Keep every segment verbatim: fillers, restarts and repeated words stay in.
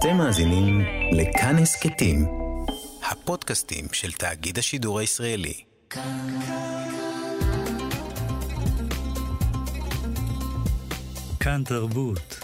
אתם מאזינים לכאן הסכתים, הפודקאסטים של תאגיד השידור הישראלי. כאן תרבות.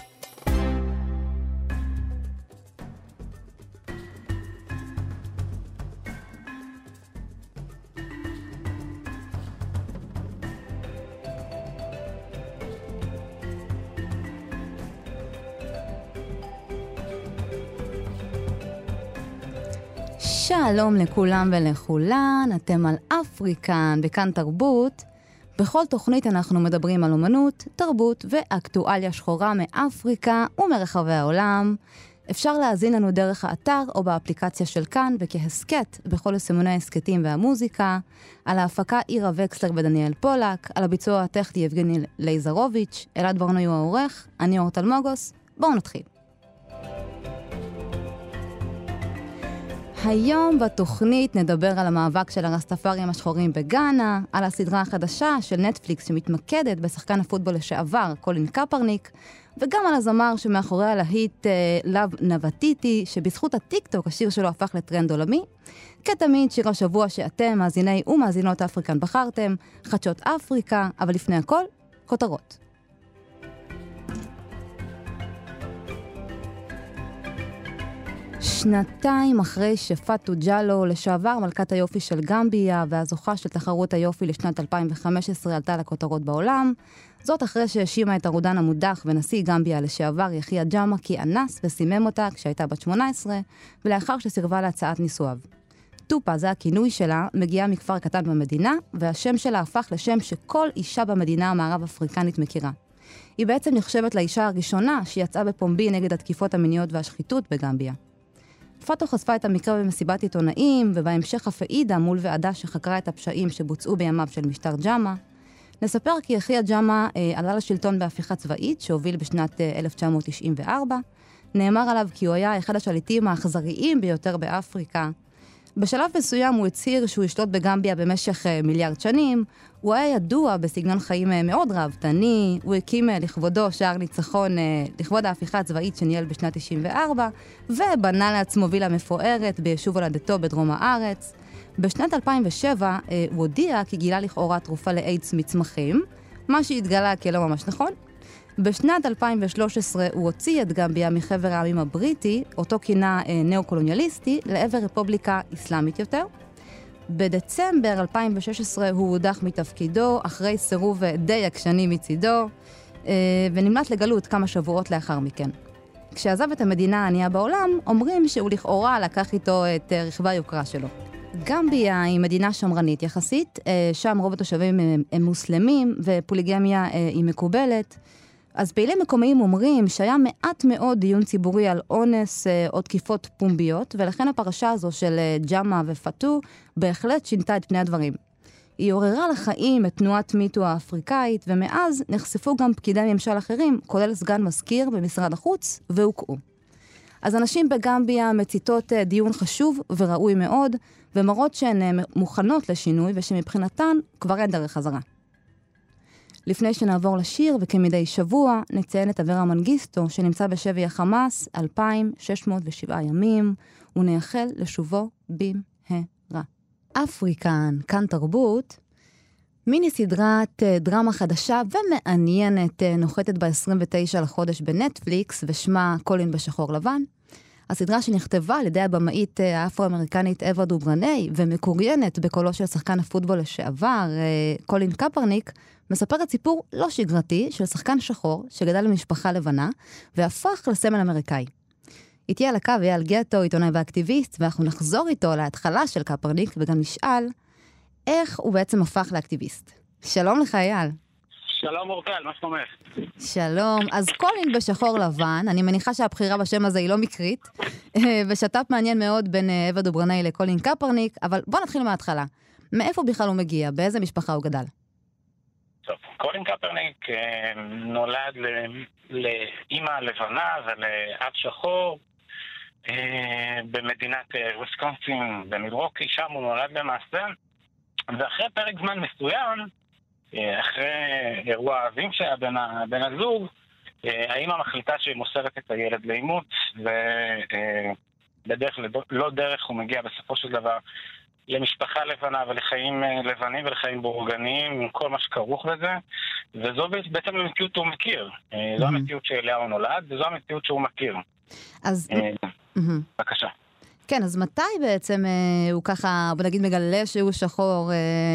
שלום לכולם ולכולן, אתם על אפריקן בכאן תרבות. בכל תוכנית אנחנו מדברים על אומנות, תרבות ואקטואליה שחורה מאפריקה ומרחבי העולם. אפשר להזין לנו דרך האתר או באפליקציה של כאן וכהסקט בכל סימוני ההסקטים והמוזיקה. על ההפקה אירה וקסלר ודניאל פולק, על הביצוע הטכני יבגני לייזרוביץ', אלעד ברנועי הוא העורך, אני אורט אלמוגוס. בואו נתחיל. היום בתוכנית נדבר על המאבק של הרסטפארים השחורים בגאנה, על הסדרה החדשה של נטפליקס שמתמקדת בשחקן הפוטבול לשעבר, קולין קפרניק, וגם על הזמר שמאחורי הלהיט לאב נבטיטי, שבזכות הטיקטוק השיר שלו הפך לטרנד עולמי. כתמיד שיר השבוע שאתם, מאזיני ומאזינות אפריקן בחרתם, חדשות אפריקה, אבל לפני הכל, כותרות. שנתיים אחרי שפאטו ג'אלו, לשעבר מלכת היופי של גמביה והזוכה של תחרות היופי לשנת אלפיים וחמש עשרה, עלתה לכותרות בעולם. זאת אחרי שהאשימה את הרודן המודח ונשיא גמביה לשעבר יחיא ג'אמה כי אנס וסימם אותה כשהייתה בת שמונה עשרה, ולאחר שסירבה להצעת נישואיו. טופה, זה הכינוי שלה, מגיעה מכפר קטן במדינה, והשם שלה הפך לשם שכל אישה במדינה המערב אפריקנית מכירה. היא בעצם נחשבת לאישה הראשונה שיצאה בפומבי נגד התקיפות המיניות והשחיתות בגמביה. פאטו חשפה את המקרה במסיבת עיתונאים, ובהמשך אף העידה מול ועדה שחקרה את הפשעים שבוצעו בימיו של משטר ג'אמה. נספר כי יחיא ג'אמה אה, עלה לשלטון בהפיכה צבאית שהוביל בשנת אה, אלף תשע מאות תשעים וארבע. נאמר עליו כי הוא היה אחד השליטים האכזריים ביותר באפריקה. בשלב מסוים הוא הצהיר שהוא ישלוט בגמביה במשך אה, מיליארד שנים. הוא היה ידוע בסגנון חיים אה, מאוד ראוותני. הוא הקים אה, לכבודו שער ניצחון אה, לכבוד ההפיכה הצבאית שניהל בשנת תשעים וארבע, ובנה לעצמו וילה מפוארת ביישוב הולדתו בדרום הארץ. בשנת אלפיים ושבע אה, הוא הודיע כי גילה לכאורה תרופה לאיידס מצמחים, מה שהתגלה כלא ממש נכון. בשנת אלפיים ושלוש עשרה הוא הוציא את גמביה מחבר העמים הבריטי, אותו כינה אה, נאו-קולוניאליסטי, לעבר רפובליקה אסלאמית יותר. בדצמבר אלפיים ושש עשרה הוא הודח מתפקידו, אחרי סירוב די עקשני מצידו, אה, ונמלט לגלות כמה שבועות לאחר מכן. כשעזב את המדינה הענייה בעולם, אומרים שהוא לכאורה לקח איתו את אה, רכבי היוקרה שלו. גמביה היא מדינה שמרנית יחסית, אה, שם רוב התושבים הם, הם מוסלמים, ופוליגמיה אה, היא מקובלת. אז פעילים מקומיים אומרים שהיה מעט מאוד דיון ציבורי על אונס אה, או תקיפות פומביות, ולכן הפרשה הזו של אה, ג'אמה ופאטו בהחלט שינתה את פני הדברים. היא עוררה לחיים את תנועת מיטו האפריקאית, ומאז נחשפו גם פקידי ממשל אחרים, כולל סגן מזכיר במשרד החוץ, והוקעו. אז אנשים בגמביה מציתות אה, דיון חשוב וראוי מאוד, ומראות שהן אה, מוכנות לשינוי, ושמבחינתן כבר אין דרך חזרה. לפני שנעבור לשיר, וכמדי שבוע, נציין את אברה מנגיסטו, שנמצא בשבי החמאס אלפיים ושש מאות ושבעה ימים, ונאחל לשובו במהרה. אפריקן, כאן תרבות, מיני סדרת דרמה חדשה ומעניינת נוחתת ב-עשרים ותשעה לחודש בנטפליקס, ושמה קולין בשחור לבן. הסדרה שנכתבה על ידי הבמאית האפרו-אמריקנית אווה דוברני, ומקוריינת בקולו של שחקן הפוטבול לשעבר, קולין קפרניק, מספרת סיפור לא שגרתי של שחקן שחור שגדל למשפחה לבנה, והפך לסמל אמריקאי. איתי על הקו אייל גטו, עיתונאי ואקטיביסט, ואנחנו נחזור איתו להתחלה של קפרניק, וגם נשאל איך הוא בעצם הפך לאקטיביסט. שלום לך אייל. שלום אורטל, מה שלומך? שלום, אז קולין בשחור לבן, אני מניחה שהבחירה בשם הזה היא לא מקרית, ושת"פ מעניין מאוד בין אווה דוברני לקולין קפרניק, אבל בוא נתחיל מההתחלה. מאיפה בכלל הוא מגיע? באיזה משפחה הוא גדל? טוב, קולין קפרניק נולד לאמא לבנה ולאב שחור במדינת וויסקונסין במילווקי, שם הוא נולד למעשה, ואחרי פרק זמן מסוים, אחרי אירוע האבים שהיה בין, בין הזוג, האמא מחליטה שהיא מוסרת את הילד לאימוץ, ובדרך לא דרך הוא מגיע בסופו של דבר למשפחה לבנה ולחיים לבנים ולחיים בורגניים עם כל מה שכרוך בזה, וזו בעצם המציאות שהוא מכיר. זו המציאות שאליהו נולד, וזו המציאות שהוא מכיר. אז... בבקשה. כן, אז מתי בעצם הוא ככה, בוא נגיד, מגלה שהוא שחור?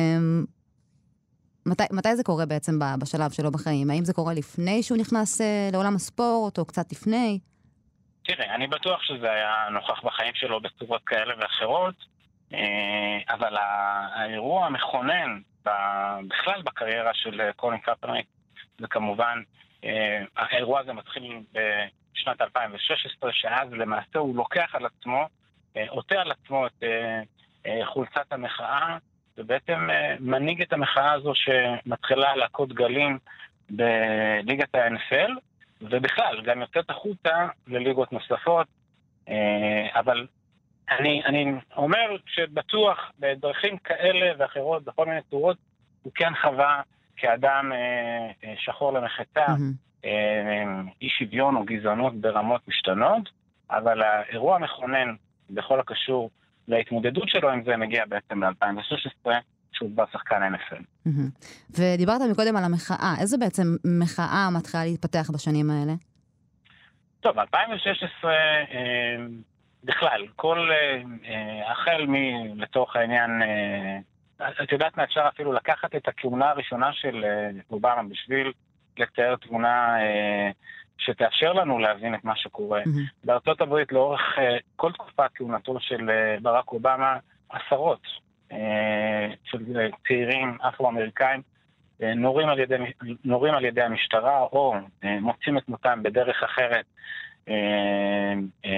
מתי, מתי זה קורה בעצם בשלב שלו בחיים? האם זה קורה לפני שהוא נכנס לעולם הספורט, או קצת לפני? תראה, אני בטוח שזה היה נוכח בחיים שלו בצורות כאלה ואחרות, אבל האירוע המכונן בכלל בקריירה של קולין קפרניק, זה כמובן, האירוע הזה מתחיל בשנת אלפיים ושש עשרה, שאז למעשה הוא לוקח על עצמו, עוטה על עצמו את חולצת המחאה, ובעצם מנהיג את המחאה הזו שמתחילה להכות גלים בליגת ה-אן אף אל, ובכלל גם יוצאת החוצה לליגות נוספות, אבל אני, אני אומר שבטוח בדרכים כאלה ואחרות, בכל מיני צורות, הוא כן חווה כאדם שחור למחצה, mm-hmm. אי שוויון או גזענות ברמות משתנות, אבל האירוע המכונן בכל הקשור להתמודדות שלו עם זה מגיע בעצם ב-אלפיים ושש עשרה, שהוא בא שחקן אן אף אל. ודיברת מקודם על המחאה. איזה בעצם מחאה מתחילה להתפתח בשנים האלה? טוב, ב-אלפיים ושש עשרה בכלל, כל החל מלתוך העניין, את יודעת מה, אפשר אפילו לקחת את הכהונה הראשונה של אובמה בשביל לתאר תמונה שתאפשר לנו להבין את מה שקורה. Mm-hmm. בארצות הברית לאורך uh, כל תקופת כהונתו של uh, ברק אובמה, עשרות uh, של uh, צעירים אפרו-אמריקאים uh, נורים, על ידי, נורים על ידי המשטרה או uh, מוצאים את מותם בדרך אחרת uh, uh,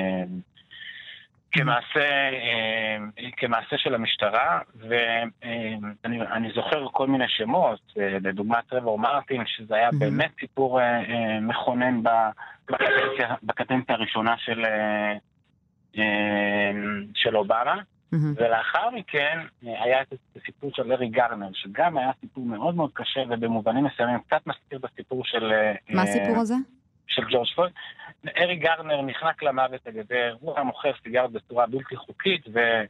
כמעשה, uh, כמעשה של המשטרה, ואני uh, אני זוכר כל מיני שמות, uh, לדוגמה טרוור מרטין, שזה היה mm-hmm. באמת סיפור uh, uh, מכונן בקדנציה, בקדנציה הראשונה של, uh, uh, של אובמה, mm-hmm. ולאחר מכן uh, היה את הסיפור של לארי גרנר, שגם היה סיפור מאוד מאוד קשה, ובמובנים מסוימים קצת מזכיר בסיפור של... מה uh, הסיפור הזה? של ג'ורג' פלויד. אריק גרנר נחנק למוות על ידי, הוא היה מוכר סיגריות בצורה בלתי חוקית,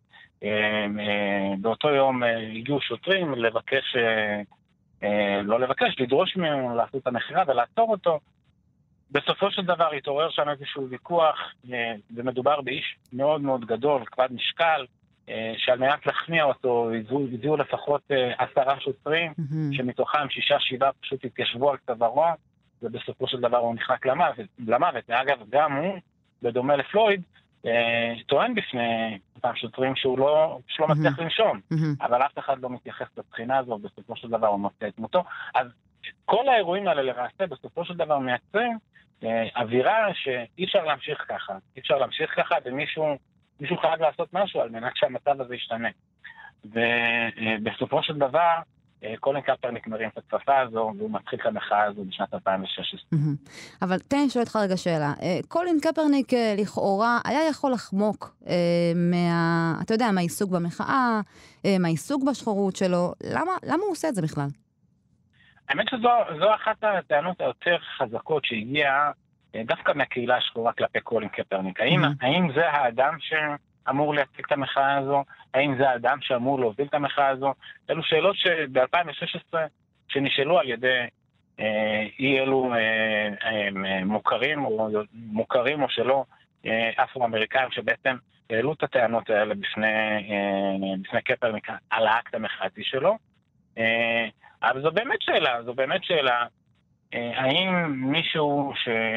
ובאותו יום הגיעו שוטרים לבקש, לא לבקש, לדרוש ממנו לעשות את המחירה ולעצור אותו. בסופו של דבר התעורר שם איזשהו ויכוח, ומדובר באיש מאוד מאוד גדול, כבד משקל, שעל מנת להכניע אותו, הביאו לפחות עשרה שוטרים, שמתוכם שישה שבעה פשוט התיישבו על צווארו, ובסופו של דבר הוא נחנק למוות. למוות. ואגב, גם הוא, בדומה לפלויד, טוען בפני אותם שוטרים שהוא לא, שלא מצליח לנשום. אבל אף אחד לא מתייחס לבחינה הזו, ובסופו של דבר הוא מוצא את מותו. אז כל האירועים האלה למעשה, בסופו של דבר מייצרים אווירה שאי אפשר להמשיך ככה. אי אפשר להמשיך ככה, ומישהו מישהו חייב לעשות משהו על מנת שהמצב הזה ישתנה. ובסופו של דבר, קולין קפרניק מרים את הצפה הזו, והוא מתחיל את המחאה הזו בשנת אלפיים ושש עשרה. אבל תן לי שואל אותך רגע שאלה. קולין קפרניק לכאורה היה יכול לחמוק מה, אתה יודע, מהעיסוק במחאה, מהעיסוק בשחורות שלו. למה, למה הוא עושה את זה בכלל? האמת שזו אחת הטענות היותר חזקות שהגיעה דווקא מהקהילה השחורה כלפי קולין קפרניק. האם, האם זה האדם ש... אמור להציג את המחאה הזו? האם זה האדם שאמור להוביל את המחאה הזו? אלו שאלות שב-אלפיים ושש עשרה שנשאלו על ידי אה, אי אלו אה, אה, מוכרים, או, מוכרים או שלא אה, אפרו-אמריקאים שבעצם העלו את הטענות האלה בפני, אה, בפני קפרניק על האקט המחאתי שלו. אה, אבל זו באמת שאלה, זו באמת שאלה, אה, האם מישהו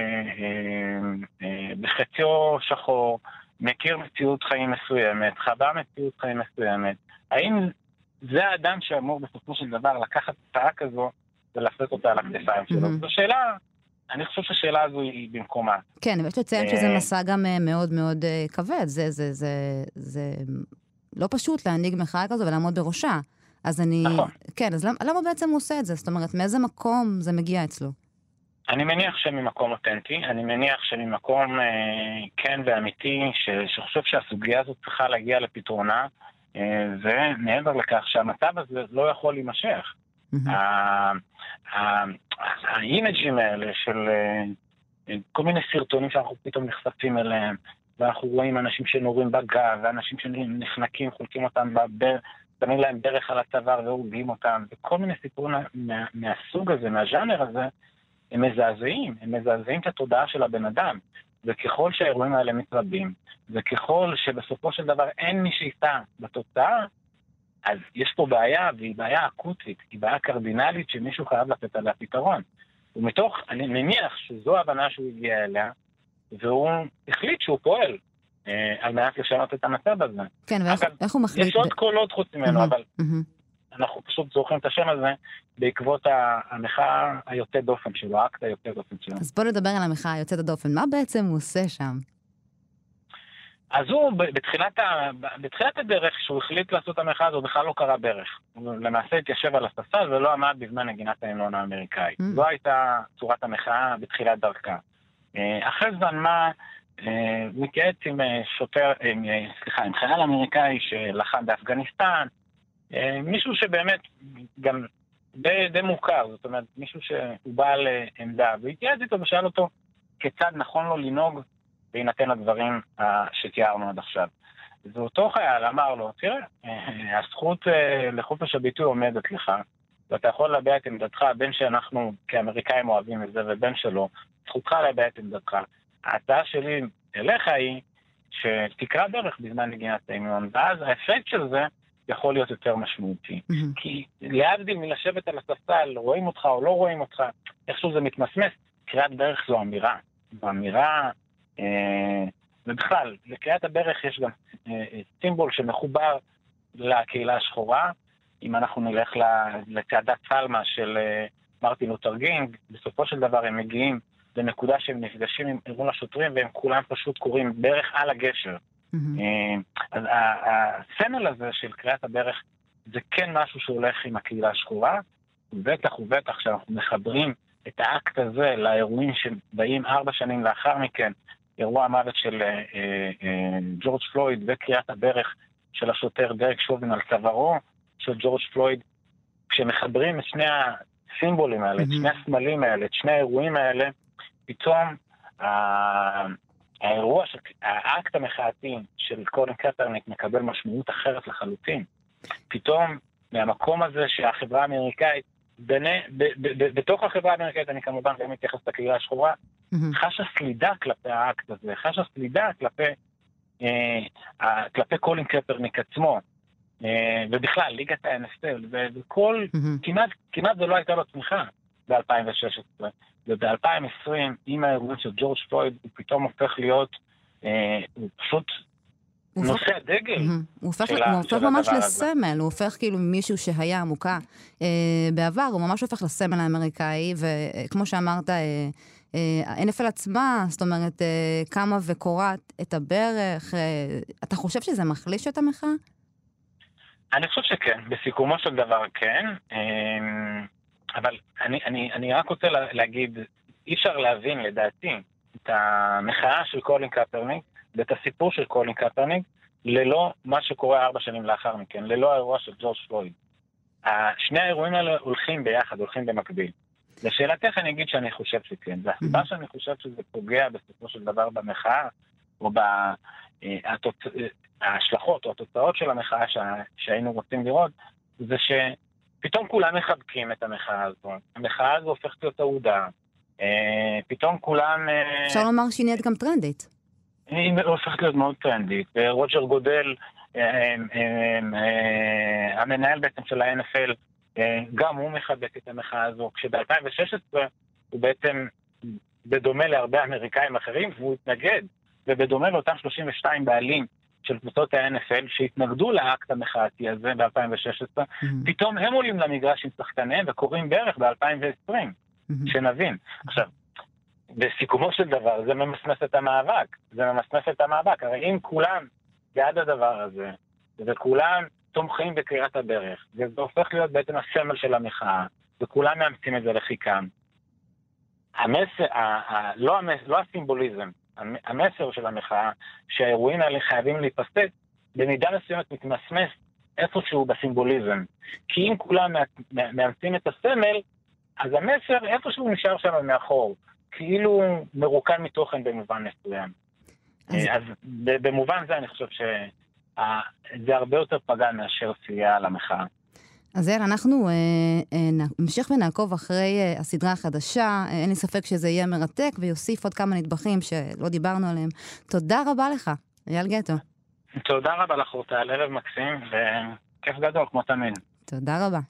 שבחציו אה, שחור, מכיר מציאות חיים מסוימת, חווה מציאות חיים מסוימת, האם זה האדם שאמור בסופו של דבר לקחת הצעה כזו ולעשות אותה על הכתפיים שלו? זו שאלה, אני חושב שהשאלה הזו היא במקומה. כן, ויש לציין שזה מסע גם מאוד מאוד כבד, זה, זה, זה, זה לא פשוט להנהיג מחאה כזו ולעמוד בראשה. אז אני, כן, אז למה בעצם הוא עושה את זה? זאת אומרת, מאיזה מקום זה מגיע אצלו? אני מניח שממקום אותנטי, אני מניח שממקום אה, כן ואמיתי, ש, שחושב שהסוגיה הזאת צריכה להגיע לפתרונה, אה, ומעבר לכך שהמצב הזה לא יכול להימשך. Mm-hmm. האימג'ים האלה של, כל מיני סרטונים שאנחנו פתאום נחשפים אליהם, ואנחנו רואים אנשים שנורים בגב, ואנשים שנחנקים, חולקים אותם בבר, שמים להם דרך על הצוואר והורגים אותם, וכל מיני סיפורים מה, מהסוג הזה, מהז'אנר הזה, הם מזעזעים, הם מזעזעים את התודעה של הבן אדם. וככל שהאירועים האלה מתרבים, וככל שבסופו של דבר אין מי שייסע בתוצאה, אז יש פה בעיה, והיא בעיה אקוטית, היא בעיה קרדינלית שמישהו חייב לתת עליה פתרון. ומתוך, אני מניח שזו ההבנה שהוא הגיע אליה, והוא החליט שהוא פועל אה, על מנת לשנות את המצב הזה. כן, ואיך הוא מחליט? יש עוד קולות חוץ ממנו, אבל אנחנו פשוט זוכרים את השם הזה בעקבות המחאה היוצאת דופן שלו, האקט היוצאת דופן שלו. אז בוא נדבר על המחאה היוצאת הדופן. מה בעצם הוא עושה שם? אז הוא בתחילת, ה... בתחילת הדרך, כשהוא החליט לעשות את המחאה הזו, בכלל לא קרה ברך. הוא למעשה התיישב על הספסל ולא עמד בזמן נגינת ההמנון האמריקאי. Mm. זו הייתה צורת המחאה בתחילת דרכה. אחרי זמן מה, הוא התייעץ עם שוטר, עם, סליחה, עם חייל אמריקאי שלחם באפגניסטן, מישהו שבאמת גם די, די מוכר, זאת אומרת, מישהו שהוא בעל עמדה, והתייעץ איתו ושאל אותו כיצד נכון לו לנהוג וינתן לדברים שתיארנו עד עכשיו. ואותו חייל אמר לו, תראה, הזכות לחופש הביטוי עומדת לך, ואתה יכול להביע את עמדתך, בין שאנחנו כאמריקאים אוהבים את זה ובין שלא, זכותך להביע את עמדתך. ההצעה שלי אליך היא שתקרא דרך בזמן נגינת ההמנון, ואז האפקט של זה יכול להיות יותר משמעותי. Mm-hmm. כי להבדיל מלשבת על הספסל, רואים אותך או לא רואים אותך, איכשהו זה מתמסמס, קריאת דרך זו אמירה. זו אמירה, אה, ובכלל, לקריאת הדרך יש גם אה, סימבול שמחובר לקהילה השחורה. אם אנחנו נלך לצעדת סלמה של אה, מרטין לותר קינג, בסופו של דבר הם מגיעים לנקודה שהם נפגשים עם ארגון השוטרים, והם כולם פשוט קוראים ברך על הגשר. אז הסמל הזה של קריאת הברך זה כן משהו שהולך עם הקהילה השחורה, ובטח ובטח שאנחנו מחברים את האקט הזה לאירועים שבאים ארבע שנים לאחר מכן, אירוע המוות של ג'ורג' פלויד וקריאת הברך של השוטר דרק שובין על צווארו של ג'ורג' פלויד, כשמחברים את שני הסימבולים האלה, את שני הסמלים האלה, את שני האירועים האלה, פתאום האירוע, האקט המחאתי של קולין קפרניק מקבל משמעות אחרת לחלוטין. פתאום, מהמקום הזה שהחברה האמריקאית, בתוך החברה האמריקאית, אני כמובן גם מתייחס לקהילה השחורה, חשה סלידה כלפי האקט הזה, חשה סלידה כלפי קולין קפרניק עצמו, ובכלל, ליגת ה-אן אף אל, וכל, כמעט זה לא הייתה לו תמיכה ב-אלפיים ושש עשרה. וב-אלפיים ועשרים, עם האירועים של ג'ורג' פלויד, הוא פתאום הופך להיות, אה, הוא פשוט נושא הדגל. הוא הופך ממש לסמל, הוא הופך כאילו מישהו שהיה עמוקה בעבר, הוא ממש הופך לסמל האמריקאי, וכמו שאמרת, ה-אן אף אל עצמה, זאת אומרת, קמה וקוראת את הברך, אתה חושב שזה מחליש את המחאה? אני חושב שכן, בסיכומו של דבר כן, אבל אני, אני, אני רק רוצה להגיד, אי אפשר להבין לדעתי את המחאה של קולין קפרניק ואת הסיפור של קולין קפרניק ללא מה שקורה ארבע שנים לאחר מכן, ללא האירוע של ג'ורג' פלויד. שני האירועים האלה הולכים ביחד, הולכים במקביל. לשאלתך אני אגיד שאני חושב שכן. זה הסיבה שאני חושב שזה פוגע בסופו של דבר במחאה, או בהשלכות או התוצאות של המחאה שהיינו רוצים לראות, זה שפתאום כולם מחבקים את המחאה הזו. המחאה הזו הופכת להיות תעודה. פתאום כולם... אפשר לומר שהיא נהיית גם טרנדית. היא הופכת להיות מאוד טרנדית. ורוג'ר גודל, המנהל בעצם של ה-אן אף אל, גם הוא מחבק את המחאה הזו, כשב-אלפיים ושש עשרה הוא בעצם, בדומה להרבה אמריקאים אחרים, והוא התנגד, ובדומה לאותם שלושים ושתיים בעלים של קבוצות ה-אן אף אל, שהתנגדו לאקט המחאתי הזה ב-אלפיים ושש עשרה, mm-hmm. פתאום הם עולים למגרש עם שחקניהם וקוראים בערך ב-אלפיים ועשרים, mm-hmm. שנבין. עכשיו, בסיכומו של דבר, זה ממסמס את המאבק, זה ממסמס את המאבק, הרי אם כולם בעד הדבר הזה, וכולם תומכים בקריאת הברך, וזה הופך להיות בעצם הסמל של המחאה, וכולם מאמצים את זה לחיקם. המסר, ה- ה- לא, המס, לא הסימבוליזם, המסר של המחאה, שהאירועים האלה חייבים להיפסק, במידה מסוימת מתמסמס איפשהו בסימבוליזם. כי אם כולם מאמצים את הסמל, אז המסר איפשהו נשאר שם מאחור. כאילו מרוקן מתוכן במובן מסוים. אז, אז במובן זה אני חושב שזה הרבה יותר פגע מאשר סייע למחאה. אז יאללה, אנחנו אה, אה, נמשיך ונעקוב אחרי אה, הסדרה החדשה, אה, אין לי ספק שזה יהיה מרתק, ויוסיף עוד כמה נדבכים שלא דיברנו עליהם. תודה רבה לך, אייל גטו. תודה רבה לך, רוטל, ערב מקסים, וכיף גדול, כמו תמיד. תודה רבה.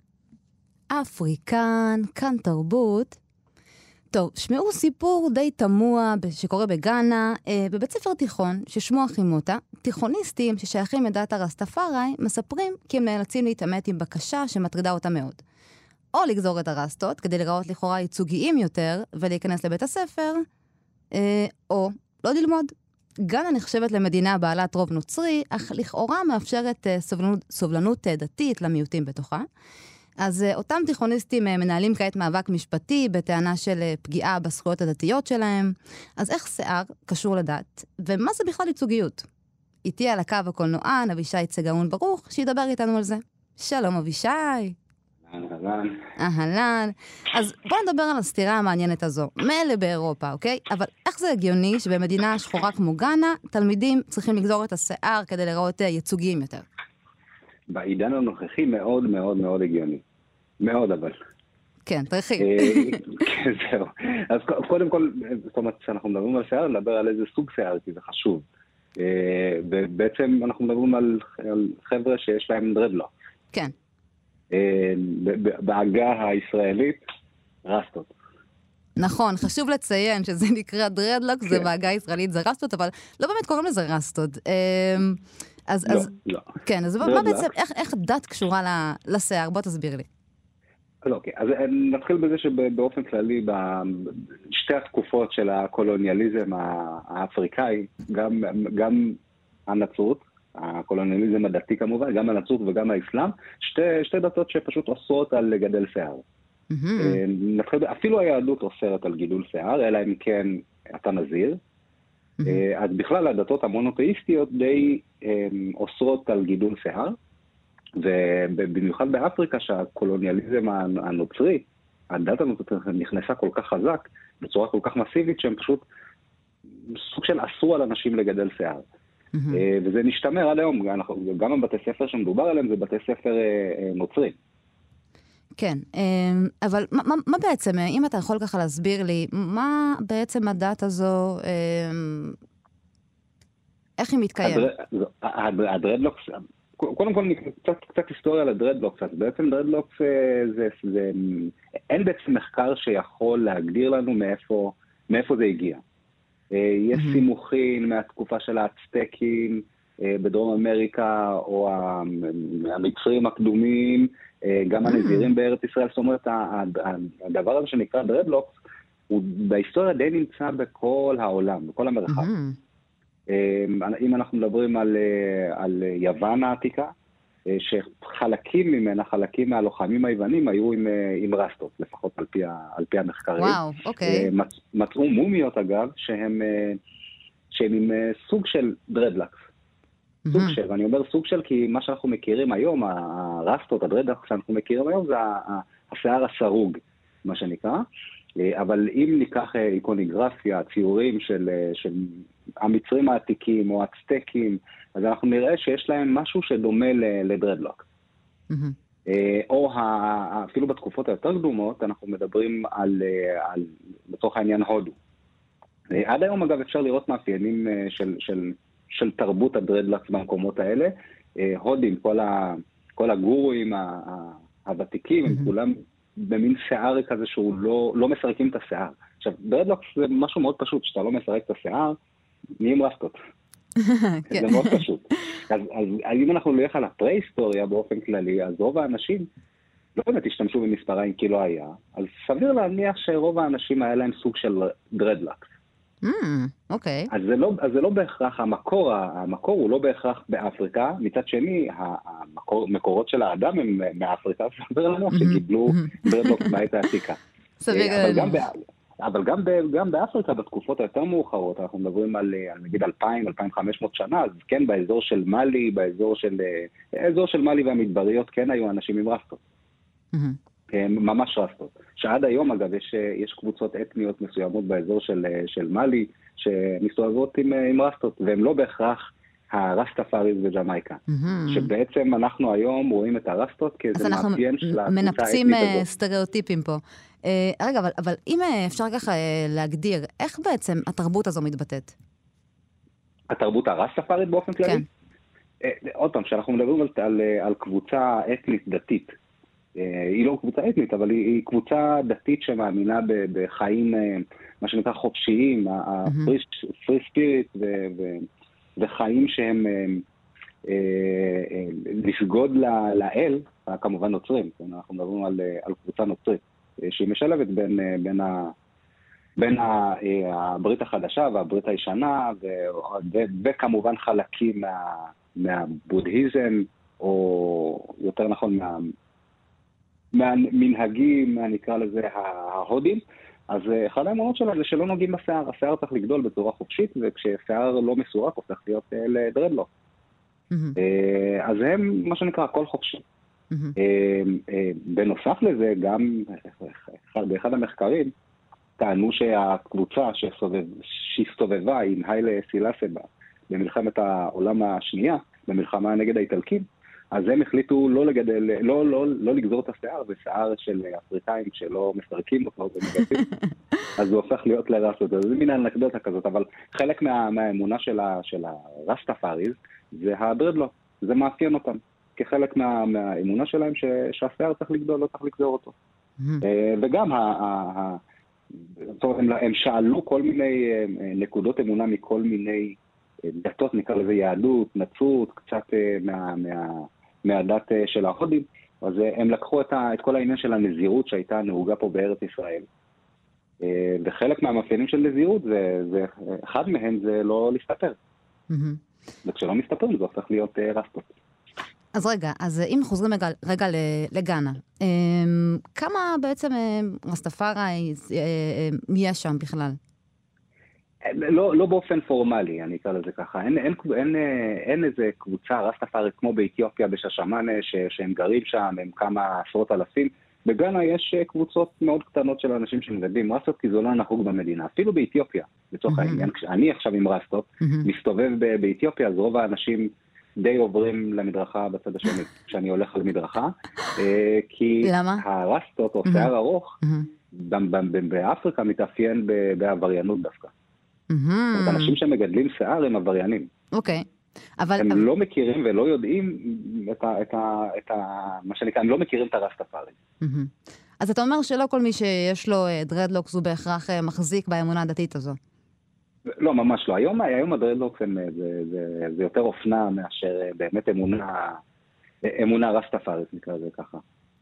אפריקן, כאן תרבות. טוב, שמעו סיפור די תמוה שקורה בגאנה, אה, בבית ספר תיכון ששמו אחימוטה, תיכוניסטים ששייכים לדעת הרסטפארי מספרים כי הם נאלצים להתעמת עם בקשה שמטרידה אותם מאוד. או לגזור את הרסטות כדי לראות לכאורה ייצוגיים יותר ולהיכנס לבית הספר, אה, או לא ללמוד. גאנה נחשבת למדינה בעלת רוב נוצרי, אך לכאורה מאפשרת אה, סובלנות, סובלנות אה, דתית למיעוטים בתוכה. אז אותם תיכוניסטים מנהלים כעת מאבק משפטי בטענה של פגיעה בזכויות הדתיות שלהם. אז איך שיער קשור לדת? ומה זה בכלל ייצוגיות? איתי על הקו הקולנוען, אבישי צגאון ברוך, שידבר איתנו על זה. שלום אבישי. אהלן. אהלן. אז בואו נדבר על הסתירה המעניינת הזו. מילא באירופה, אוקיי? אבל איך זה הגיוני שבמדינה שחורה כמו גאנה, תלמידים צריכים לגזור את השיער כדי לראות ייצוגיים יותר? בעידן הנוכחי מאוד מאוד מאוד הגיוני. מאוד אבל. כן, תרחיב. כן, זהו. אז קודם כל, זאת אומרת, כשאנחנו מדברים על שיער, נדבר על איזה סוג שיער, כי זה חשוב. ובעצם אנחנו מדברים על חבר'ה שיש להם דרדלוק. כן. בעגה הישראלית, רסטות. נכון, חשוב לציין שזה נקרא דרדלוק, זה בעגה הישראלית, זה רסטות, אבל לא באמת קוראים לזה רסטות. אז, לא, אז, לא. כן, אז מה בעצם, איך, איך דת קשורה לשיער? בוא תסביר לי. אז אוקיי, אז נתחיל בזה שבאופן כללי, בשתי התקופות של הקולוניאליזם האפריקאי, גם, גם הנצרות, הקולוניאליזם הדתי כמובן, גם הנצרות וגם האסלאם, שתי, שתי דתות שפשוט אוסרות על לגדל שיער. Mm-hmm. נתחיל, אפילו היהדות אוסרת על גידול שיער, אלא אם כן אתה נזיר. Mm-hmm. אז בכלל הדתות המונותאיסטיות די אוסרות על גידול שיער, ובמיוחד באפריקה שהקולוניאליזם הנוצרי, הדת הנוצרית נכנסה כל כך חזק, בצורה כל כך מסיבית, שהם פשוט סוג של אסרו על אנשים לגדל שיער. Mm-hmm. וזה נשתמר עד היום, גם הבתי ספר שמדובר עליהם זה בתי ספר נוצרים. כן, אבל מה, מה, מה בעצם, אם אתה יכול ככה להסביר לי, מה בעצם הדת הזו, איך היא מתקיים? הדרדלוקס, קודם כל קצת, קצת היסטוריה לדרדלוקס, אז בעצם דרדלוקס זה, זה, אין בעצם מחקר שיכול להגדיר לנו מאיפה, מאיפה זה הגיע. יש סימוכין מהתקופה של האצטקים בדרום אמריקה, או המצרים הקדומים, גם הנזירים בארץ ישראל. זאת אומרת, הדבר הזה שנקרא דרדלוקס, הוא בהיסטוריה די נמצא בכל העולם, בכל המרחב. אם אנחנו מדברים על, על יוון העתיקה, שחלקים ממנה, חלקים מהלוחמים היוונים היו עם, עם רסטות, לפחות על פי, על פי המחקרים. וואו, אוקיי. מצ, מצאו מומיות אגב, שהם, שהם עם סוג של דרדלקס. Mm-hmm. סוג של, ואני אומר סוג של כי מה שאנחנו מכירים היום, הרסטות, הדרדלקס שאנחנו מכירים היום, זה השיער הסרוג, מה שנקרא. אבל אם ניקח איקוניגרפיה, ציורים של, של המצרים העתיקים או הצטקים, אז אנחנו נראה שיש להם משהו שדומה לדרדלוק. Mm-hmm. או אפילו בתקופות היותר קדומות, אנחנו מדברים על, על בתוך העניין הודו. עד היום אגב אפשר לראות מאפיינים של, של, של תרבות הדרדלוקס במקומות האלה. הודים, כל, ה, כל הגורואים הוותיקים, הם כולם במין שיער כזה שהוא לא, לא מסרקים את השיער. עכשיו, דרדלוקס זה משהו מאוד פשוט, שאתה לא מסרק את השיער, נהיים רסטות. זה מאוד פשוט. אז, אז אם אנחנו נלך על הפרה-היסטוריה באופן כללי, אז רוב האנשים לא באמת השתמשו במספריים כי לא היה, אז סביר להניח שרוב האנשים היה להם סוג של דרדלוקס. אוקיי. אז זה לא, אז זה לא בהכרח, המקור, המקור הוא לא בהכרח באפריקה, מצד שני, המקורות של האדם הם מאפריקה, סביר להניח שקיבלו דרדלוקס בעת העתיקה. סביר להניח. אבל גם, גם באפריקה, בתקופות היותר מאוחרות, אנחנו מדברים על, על נגיד אלפיים, אלפיים וחמש מאות שנה, אז כן, באזור של מאלי, באזור של, האזור של מאלי והמדבריות, כן היו אנשים עם רסטות. ממש רסטות. שעד היום, אגב, יש, יש קבוצות אתניות מסוימות באזור של, של מאלי, שמסתובבות עם, עם רסטות, והם לא בהכרח הרסטפאריז בג'מייקה. Mm-hmm. שבעצם אנחנו היום רואים את הרסטות כאיזה מאפיין של הקבוצה האתנית הזאת. אז אנחנו מנפצים סטריאוטיפים פה. אה, רגע, אבל, אבל אם אפשר ככה להגדיר, איך בעצם התרבות הזו מתבטאת? התרבות הרסטפארית באופן כללי? כן. אה, עוד פעם, כשאנחנו מדברים על, על, על קבוצה אתנית דתית, היא לא קבוצה אתנית, אבל היא, היא קבוצה דתית שמאמינה ב, בחיים, מה שנקרא חופשיים, הפרי ספיריט וחיים שהם אה, אה, לסגוד לאל, כמובן נוצרים, אנחנו מדברים על, על קבוצה נוצרית, שהיא משלבת בין, בין, ה, בין ה, הברית החדשה והברית הישנה, ו, ו, וכמובן חלקים מה, מהבודהיזם, או יותר נכון מה... מהמנהגים, נקרא לזה, ההודים. אז אחד האמונות שלה זה שלא נוגעים בשיער. השיער צריך לגדול בצורה חופשית, וכששיער לא מסורק, הופך להיות לדרדלוק. אז הם, מה שנקרא, הכל חופשי. בנוסף לזה, גם באחד המחקרים, טענו שהקבוצה שהסתובבה עם היילה סילאסי במלחמת העולם השנייה, במלחמה נגד האיטלקים, אז הם החליטו לא לגדל, לא, לא, לא לגזור את השיער, זה שיער של אפריקאים שלא מסרקים אותו ומגפים, אז הוא הופך להיות לרסטות. זה מין אנקדוטה כזאת, אבל חלק מה, מהאמונה של, ה, של הרסטפאריז זה הדרדלוק, זה מאפיין אותם, כחלק מה, מהאמונה שלהם ש, שהשיער צריך לגדול, לא צריך לגזור אותו. וגם ה, ה, ה, הם, הם שאלו כל מיני נקודות אמונה מכל מיני דתות, נקרא לזה יהדות, נצרות, קצת מה, מה, מהדת של ההודים, אז הם לקחו את, ה, את כל העניין של הנזירות שהייתה נהוגה פה בארץ ישראל, וחלק מהמאפיינים של נזירות, זה, זה, אחד מהם זה לא להסתפר. Mm-hmm. וכשלא מסתפרים זה הופך להיות רסטות. אז רגע, אז אם חוזרים רגע, רגע לגאנה, כמה בעצם רסטפארי יש שם בכלל? לא, לא באופן פורמלי, אני אקרא לזה ככה. אין, אין, אין, אין איזה קבוצה רסטפארית כמו באתיופיה בששמאנה, ש, שהם גרים שם, הם כמה עשרות אלפים. בגאנה יש קבוצות מאוד קטנות של אנשים שמגדלים רסטות, כי זה לא נהוג במדינה. אפילו באתיופיה, לצורך mm-hmm. העניין. אני עכשיו עם רסטות, mm-hmm. מסתובב ב- באתיופיה, אז רוב האנשים די עוברים למדרכה בצד השני, כשאני הולך על מדרכה. כי למה? הרסטות או שיער ארוך, mm-hmm. באפריקה מתאפיין בעבריינות דווקא. Mm-hmm. אנשים שמגדלים שיער הם עבריינים. אוקיי. אבל... הם לא מכירים ולא יודעים את ה... את ה, את ה מה שנקרא, הם לא מכירים את הרסטפארי. Mm-hmm. אז אתה אומר שלא כל מי שיש לו דרדלוקס הוא בהכרח מחזיק באמונה הדתית הזו. לא, ממש לא. היום, היום הדרדלוקס הם, זה, זה, זה יותר אופנה מאשר באמת אמונה, אמונה רסטפארית, נקרא זה ככה.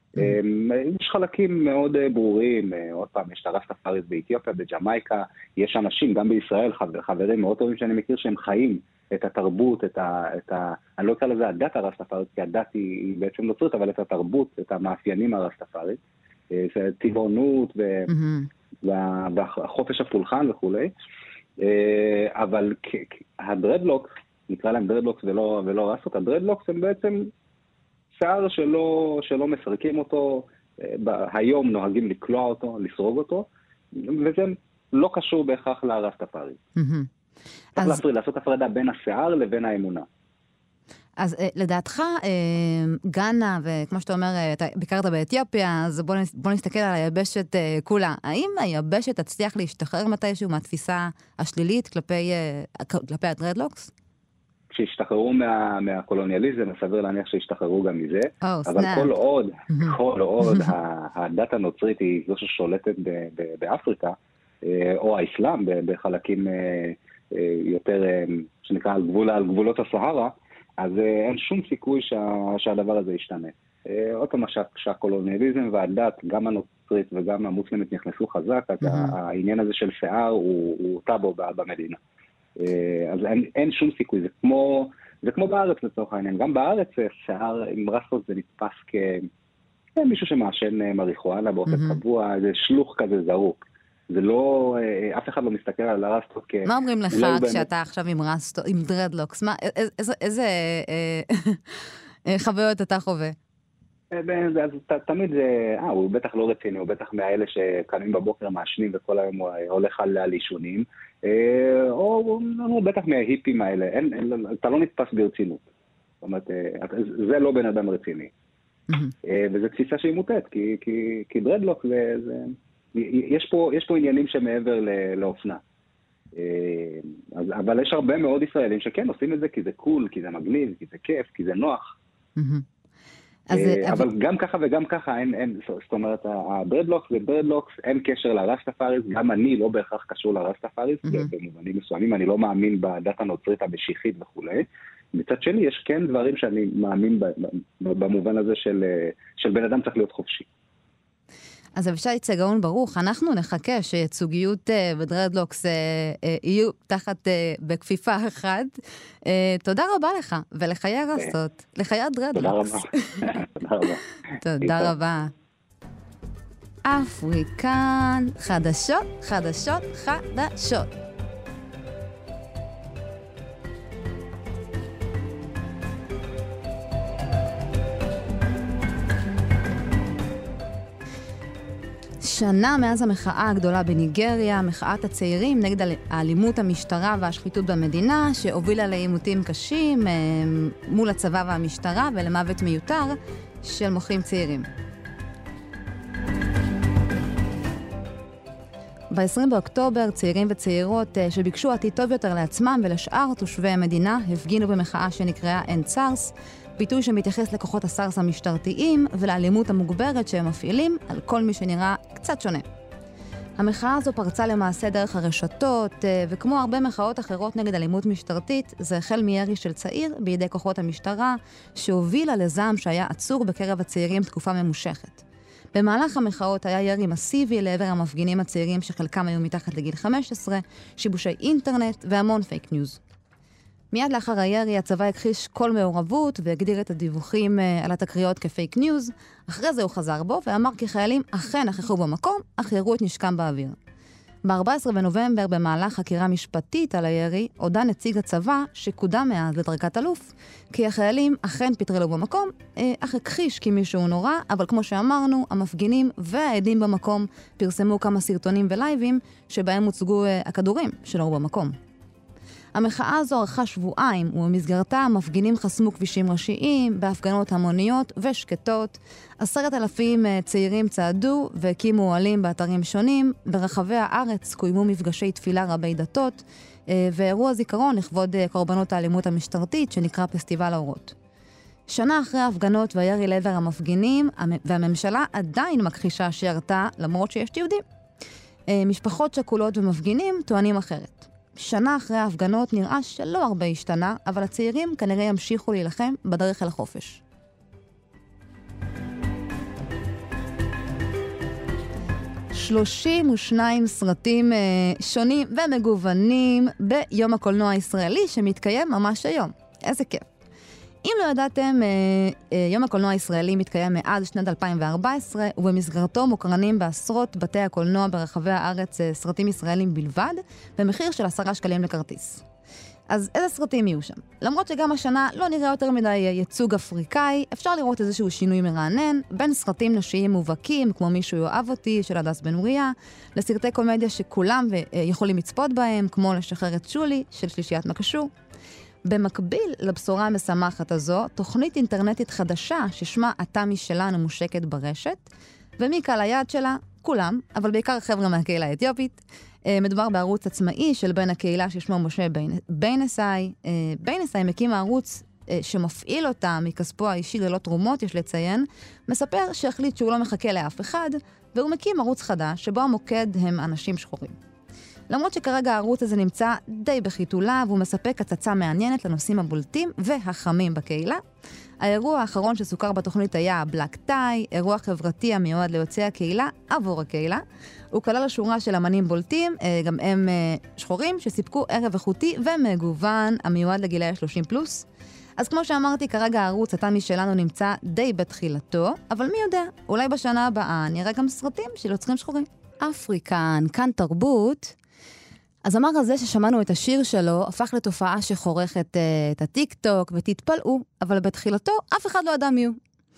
יש חלקים מאוד ברורים, עוד פעם, יש את הרסטפאריז באתיופיה, בג'מייקה, יש אנשים, גם בישראל, חברים מאוד טובים שאני מכיר שהם חיים את התרבות, את ה... את ה אני לא אקרא לזה הדת הרסטפארית, כי הדת היא, היא בעצם נוצרית, אבל את התרבות, את המאפיינים הרסטפארית, זה טבעונות והחופש הפולחן וכולי, אבל הדרדלוקס, נקרא להם דרדלוקס ולא, ולא רסטות, הדרדלוקס הם בעצם שיער שלא, שלא מסרקים אותו, היום נוהגים לקלוע אותו, לסרוג אותו, וזה לא קשור בהכרח לרסטפארי. צריך להפריד, לעשות הפרדה בין השיער לבין האמונה. אז לדעתך, גאנה, וכמו שאתה אומר, אתה ביקרת באתיופיה, אז בוא נסתכל על היבשת כולה. האם היבשת תצליח להשתחרר מתישהו מהתפיסה השלילית כלפי, כלפי הדרדלוקס? שהשתחררו מה, מהקולוניאליזם, סביר להניח שהשתחררו גם מזה, oh, אבל snap. כל עוד, כל עוד הדת הנוצרית היא זו ששולטת ב, ב, באפריקה, או האסלאם בחלקים יותר, שנקרא על, גבול, על גבולות הסהרה, אז אין שום סיכוי שה, שהדבר הזה ישתנה. עוד פעם, שהקולוניאליזם והדת, גם הנוצרית וגם המוסלמית נכנסו חזק, אז העניין הזה של שיער הוא, הוא טאבו במדינה. אז אין, אין שום סיכוי, זה כמו, זה כמו בארץ לצורך העניין. גם בארץ שיער עם רסטות זה נתפס כמישהו שמעשן מריחואנה באופן mm-hmm. קבוע, זה שלוח כזה זרוק. זה לא, אף אחד לא מסתכל על הרסטות כ... מה אומרים לך לא כשאתה באמת... עכשיו עם רסטות, עם דרדלוקס? מה, איזה, איזה אה, חוויות אתה חווה? אז תמיד זה, אה, הוא בטח לא רציני, הוא בטח מהאלה שקמים בבוקר מעשנים וכל היום הוא הולך על אישונים, או הוא בטח מההיפים האלה, אתה לא נתפס ברצינות. זאת אומרת, זה לא בן אדם רציני. וזו תפיסה שהיא מוטעת, כי דרדלוק זה, יש פה עניינים שמעבר לאופנה. אבל יש הרבה מאוד ישראלים שכן עושים את זה כי זה קול, כי זה מגניב, כי זה כיף, כי זה נוח. אבל גם ככה וגם ככה, זאת אומרת, הדרדלוקס ודרדלוקס אין קשר לרסטפאריס, גם אני לא בהכרח קשור לרסטפאריס, במובנים מסוימים, אני לא מאמין בדת הנוצרית המשיחית וכו'. מצד שני, יש כן דברים שאני מאמין במובן הזה של בן אדם צריך להיות חופשי. אז אבישי צגאון ברוך, אנחנו נחכה שייצוגיות בדרדלוקס יהיו תחת בכפיפה אחת. תודה רבה לך, ולחיי הרסטות, לחיי הדרדלוקס. תודה רבה. תודה רבה. תודה רבה. אפריקן, חדשות, חדשות, חדשות. שנה מאז המחאה הגדולה בניגריה, מחאת הצעירים נגד האלימות המשטרה והשחיתות במדינה, שהובילה לעימותים קשים מול הצבא והמשטרה ולמוות מיותר של מוחים צעירים. ב-עשרים באוקטובר צעירים וצעירות שביקשו עתיד טוב יותר לעצמם ולשאר תושבי המדינה הפגינו במחאה שנקראה אין סארס, ביטוי שמתייחס לכוחות הסארס המשטרתיים ולאלימות המוגברת שהם מפעילים על כל מי שנראה קצת שונה. המחאה הזו פרצה למעשה דרך הרשתות, וכמו הרבה מחאות אחרות נגד אלימות משטרתית, זה החל מירי של צעיר בידי כוחות המשטרה, שהובילה לזעם שהיה עצור בקרב הצעירים תקופה ממושכת. במהלך המחאות היה ירי מסיבי לעבר המפגינים הצעירים שחלקם היו מתחת לגיל חמש עשרה, שיבושי אינטרנט והמון פייק ניוז. מיד לאחר הירי הצבא הכחיש כל מעורבות והגדיר את הדיווחים על התקריות כפייק ניוז. אחרי זה הוא חזר בו ואמר כי חיילים אכן נכחו במקום, אך ירו את נשקם באוויר. ב-ארבעה עשר בנובמבר במהלך חקירה משפטית על הירי, הודע נציג הצבא שקודם מאז לדרגת אלוף, כי החיילים אכן פטרלו במקום, אך הכחיש כי מישהו נורא, אבל כמו שאמרנו, המפגינים והעדים במקום פרסמו כמה סרטונים ולייבים שבהם הוצגו הכדורים שלו במקום. המחאה הזו ערכה שבועיים, ובמסגרתה המפגינים חסמו כבישים ראשיים, בהפגנות המוניות ושקטות. עשרת אלפים צעירים צעדו והקימו אוהלים באתרים שונים. ברחבי הארץ קוימו מפגשי תפילה רבי דתות, ואירוע זיכרון לכבוד קורבנות האלימות המשטרתית שנקרא פסטיבל האורות. שנה אחרי ההפגנות והירי לעבר המפגינים, והממשלה עדיין מכחישה שירתה, למרות שיש תיעודים. משפחות שכולות ומפגינים טוענים אחרת. שנה אחרי ההפגנות נראה שלא הרבה השתנה, אבל הצעירים כנראה ימשיכו להילחם בדרך אל החופש. שלושים ושניים סרטים אה, שונים ומגוונים ביום הקולנוע הישראלי שמתקיים ממש היום. איזה כיף. אם לא ידעתם, יום הקולנוע הישראלי מתקיים מאז שנת אלפיים וארבע עשרה, ובמסגרתו מוקרנים בעשרות בתי הקולנוע ברחבי הארץ סרטים ישראלים בלבד, במחיר של עשרה שקלים לכרטיס. אז איזה סרטים יהיו שם? למרות שגם השנה לא נראה יותר מדי ייצוג אפריקאי, אפשר לראות איזשהו שינוי מרענן, בין סרטים נשיים מובהקים, כמו מישהו יאהב אותי, של הדס בן אוריה, לסרטי קומדיה שכולם יכולים לצפות בהם, כמו לשחרר את שולי, של שלישיית מקשו. במקביל לבשורה המשמחת הזו, תוכנית אינטרנטית חדשה ששמה אתה משלנו מושקת ברשת, ומקהל היעד שלה, כולם, אבל בעיקר חבר'ה מהקהילה האתיופית. מדובר בערוץ עצמאי של בן הקהילה ששמו משה ביינסאי. ביינסאי מקים הערוץ שמפעיל אותה מכספו האישי ללא תרומות, יש לציין, מספר שהחליט שהוא לא מחכה לאף אחד, והוא מקים ערוץ חדש שבו המוקד הם אנשים שחורים. למרות שכרגע הערוץ הזה נמצא די בחיתולה, והוא מספק הצצה מעניינת לנושאים הבולטים והחמים בקהילה. האירוע האחרון שסוכר בתוכנית היה בלק טאי, אירוע חברתי המיועד ליוצאי הקהילה עבור הקהילה. הוא כלל השורה של אמנים בולטים, גם הם שחורים, שסיפקו ערב איכותי ומגוון המיועד לגילאי שלושים פלוס. אז כמו שאמרתי, כרגע הערוץ אתה משלנו נמצא די בתחילתו, אבל מי יודע, אולי בשנה הבאה נראה גם סרטים של יוצרים שחורים. אפריקן, כאן תרבות. הזמר הזה ששמענו את השיר שלו הפך לתופעה שחורכת uh, את הטיק טוק ותתפלאו, אבל בתחילתו אף אחד לא ידע מי הוא.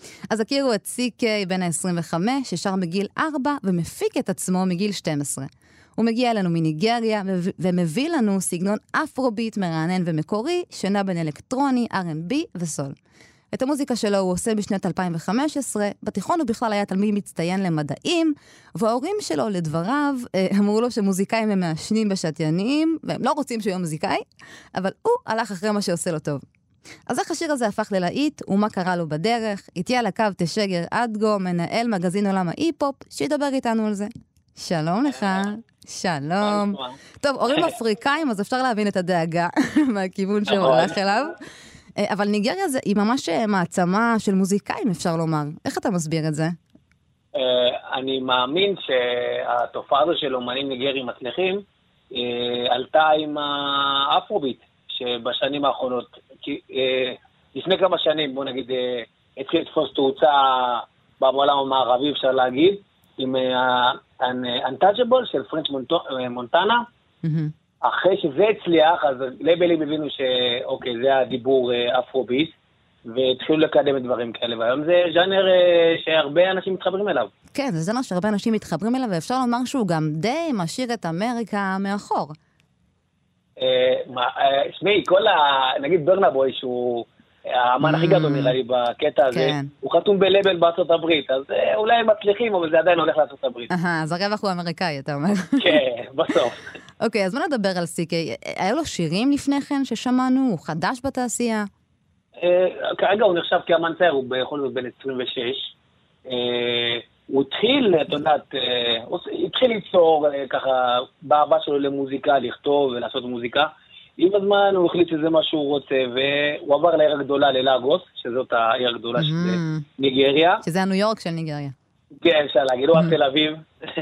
אז הכירו את סי קיי בן ה-עשרים וחמש, ששר מגיל ארבע ומפיק את עצמו מגיל שתים עשרה. הוא מגיע אלינו מניגריה ומביא לנו סגנון אפרוביט מרענן ומקורי, שנע בין אלקטרוני, אר אנד בי וסול. את המוזיקה שלו הוא עושה בשנת אלפיים וחמש עשרה, בתיכון הוא בכלל היה תלמיד מצטיין למדעים, וההורים שלו לדבריו אמרו לו שמוזיקאים הם מעשנים בשתייניים, והם לא רוצים שהוא יהיה מוזיקאי, אבל הוא הלך אחרי מה שעושה לו טוב. אז איך השיר הזה הפך ללהיט, ומה קרה לו בדרך? איתי על הקו תשגר אדגו, מנהל מגזין עולם ההיפ-הופ, שידבר איתנו על זה. שלום לך. שלום. טוב, הורים אפריקאים, אז אפשר להבין את הדאגה מהכיוון שהוא הולך אליו. אבל ניגריה זה, היא ממש מעצמה של מוזיקאים, אפשר לומר. איך אתה מסביר את זה? אני מאמין שהתופעה הזו של אומנים ניגרים מצליחים, עלתה עם האפרוביט, שבשנים האחרונות, לפני כמה שנים, בוא נגיד, התחיל לתפוס תאוצה בעולם המערבי, אפשר להגיד, עם Untouchable של פרנץ' מונטנה. אחרי שזה הצליח, אז לייבלים הבינו שאוקיי, זה הדיבור אפרוביט, והתחילו לקדם את דברים כאלה, והיום זה ז'אנר שהרבה אנשים מתחברים אליו. כן, זה ז'אנר שהרבה אנשים מתחברים אליו, ואפשר לומר שהוא גם די משאיר את אמריקה מאחור. שמי, כל ה... נגיד ברנבוי, שהוא האמן הכי גדול נראה לי בקטע הזה, הוא חתום בלייבל בארצות הברית, אז אולי הם מצליחים, אבל זה עדיין הולך לארצות הברית. אהה, אז הרווח הוא אמריקאי, אתה אומר. כן, בסוף. אוקיי, אז בוא נדבר על סי קיי. היו לו שירים לפני כן ששמענו? הוא חדש בתעשייה? כרגע הוא נחשב כאמן צייר, הוא בכל זאת בן עשרים ושש. הוא התחיל, אתה יודעת, הוא התחיל ליצור ככה, באהבה שלו למוזיקה, לכתוב ולעשות מוזיקה. עם הזמן הוא החליט שזה מה שהוא רוצה, והוא עבר לעיר הגדולה, ללאגוס, שזאת העיר הגדולה של ניגריה. שזה הניו יורק של ניגריה. כן, אפשר להגיד, הוא תל אביב.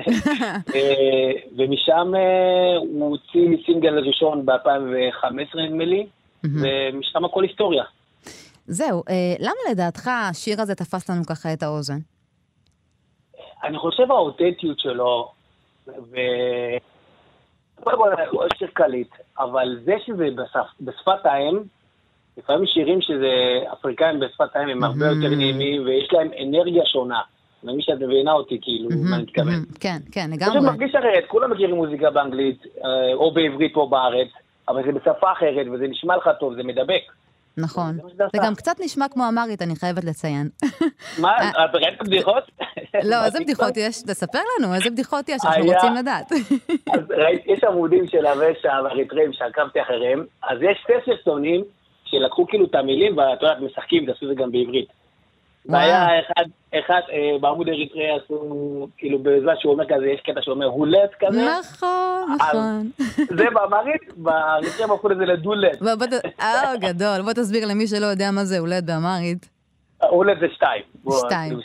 ומשם הוא הוציא סינגל ראשון ב-אלפיים וחמש עשרה נדמה לי, ומשם הכל היסטוריה. זהו, למה לדעתך השיר הזה תפס לנו ככה את האוזן? אני חושב האותנטיות שלו, ו... הוא שיר קליט, אבל זה שזה בשפת האם, לפעמים שירים שזה אפריקאים בשפת האם הם הרבה יותר נעימים, ויש להם אנרגיה שונה. למי שאת מבינה אותי, כאילו, מה אני מתכוון. כן, כן, לגמרי. זה מרגיש אחרת, כולם מכירים מוזיקה באנגלית, או בעברית פה בארץ, אבל זה בשפה אחרת, וזה נשמע לך טוב, זה מדבק. נכון. זה גם קצת נשמע כמו אמרית, אני חייבת לציין. מה? את ראית בדיחות? לא, איזה בדיחות יש? תספר לנו, איזה בדיחות יש, אנחנו רוצים לדעת. אז יש עמודים של הוושע והאריתראים שעקבתי אחריהם, אז יש שתי סרטונים שלקחו כאילו את המילים, ואתה יודעת, משחקים, תעשו זה גם בעברית. והיה אחד, אחד, בעמוד אריתראי עשו, כאילו בזמן שהוא אומר כזה, יש קטע שאומר הולט כזה. נכון, נכון. זה באמרית, באריתראי הפכו לזה לדולט. אה, גדול. בוא תסביר למי שלא יודע מה זה הולט באמרית. הולט זה שתיים. שתיים.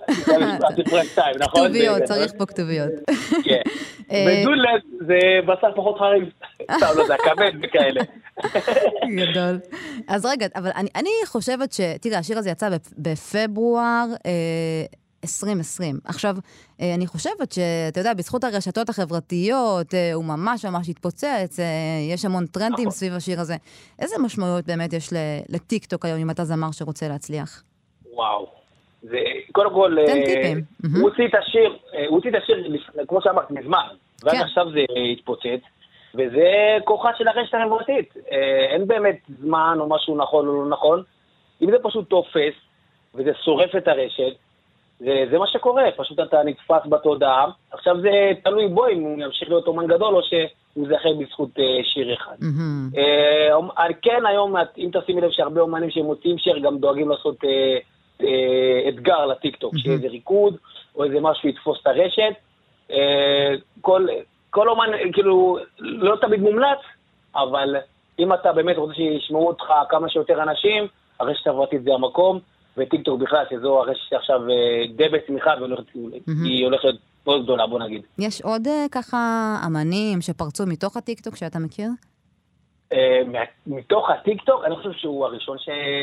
שתיים, נכון? כתוביות, צריך פה כתוביות. כן. ודולט זה בשר פחות חריף. סתם, לא יודע, כבד וכאלה. גדול. אז רגע, אבל אני, אני חושבת ש... תראה, השיר הזה יצא בפברואר אה, עשרים עשרים. עכשיו, אה, אני חושבת שאתה יודע, בזכות הרשתות החברתיות, אה, הוא ממש ממש התפוצץ, אה, יש המון טרנדים סביב השיר הזה. איזה משמעויות באמת יש לטיק-טוק היום, אם אתה זמר שרוצה להצליח? וואו. זה, קודם כל, תן טיפים. הוא הוציא את השיר, הוא הוציא את השיר, כמו שאמרת, מזמן. ואז עכשיו זה התפוצץ. וזה כוחה של הרשת החברתית. אין באמת זמן או משהו נכון או לא נכון. אם זה פשוט תופס, וזה שורף את הרשת, זה, זה מה שקורה. פשוט אתה נתפס בתודעה. עכשיו זה תלוי בו אם הוא ימשיך להיות אומן גדול, או שהוא זכר בזכות שיר אחד. Mm-hmm. אה, כן, היום, אם תשימי לב שהרבה אומנים שמוצאים שיר, גם דואגים לעשות אה, אה, אתגר לטיקטוק, mm-hmm. שיהיה איזה ריקוד, או איזה משהו יתפוס את הרשת. אה, כל... כל אומן, כאילו, לא תמיד מומלץ, אבל אם אתה באמת רוצה שישמעו אותך כמה שיותר אנשים, הרשת החברתית זה המקום, וטיקטוק בכלל, שזו הרשת שעכשיו די בצמיחה, והיא הולכת מאוד גדולה, בוא נגיד. יש עוד ככה אמנים שפרצו מתוך הטיקטוק שאתה מכיר? מתוך הטיקטוק, אני חושב שהוא הראשון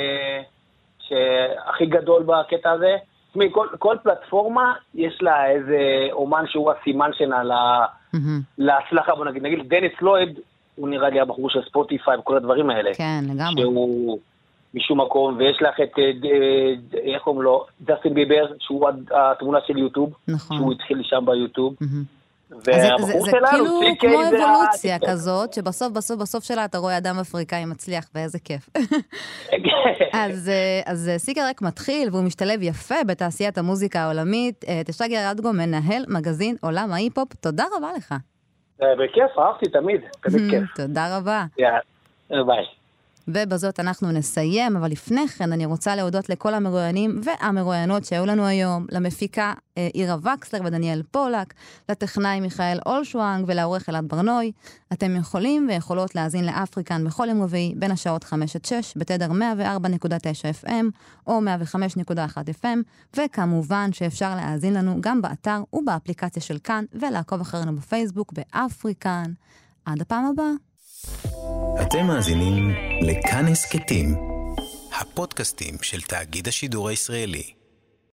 שהכי גדול בקטע הזה. תשמעי, כל, כל פלטפורמה יש לה איזה אומן שהוא הסימן שלה לה, mm-hmm. להצלחה, בוא נגיד, נגיד, דניס לויד, הוא נראה לי הבחור של ספוטיפיי וכל הדברים האלה. כן, לגמרי. שהוא, משום מקום, ויש לך את, איך אומרים לו, ג'סטין ביבר, שהוא התמונה של יוטיוב, נכון. שהוא התחיל שם ביוטיוב. אז זה, זה, זה כאילו כמו אבולוציה זה... כזאת, שבסוף, בסוף, בסוף שלה אתה רואה אדם אפריקאי מצליח, ואיזה כיף. אז, אז סיקר רק מתחיל, והוא משתלב יפה בתעשיית המוזיקה העולמית. תשרגר רדגו, מנהל מגזין עולם ההיפ-הופ, תודה רבה לך. בכיף, אהבתי תמיד, תמיד כיף. תודה רבה. יאללה, ביי. ובזאת אנחנו נסיים, אבל לפני כן אני רוצה להודות לכל המרואיינים והמרואיינות שהיו לנו היום, למפיקה עירה וקסלר ודניאל פולק, לטכנאי מיכאל אולשוונג ולעורך אלעד ברנוי. אתם יכולים ויכולות להאזין לאפריקן בכל יום רביעי בין השעות חמש עד שש בתדר מאה וארבע נקודה תשע אף אם או מאה וחמש נקודה אחת אף אם, וכמובן שאפשר להאזין לנו גם באתר ובאפליקציה של כאן, ולעקוב אחרינו בפייסבוק באפריקן. עד הפעם הבאה. אתם מאזינים לכאן הסכתים, הפודקאסטים של תאגיד השידור הישראלי.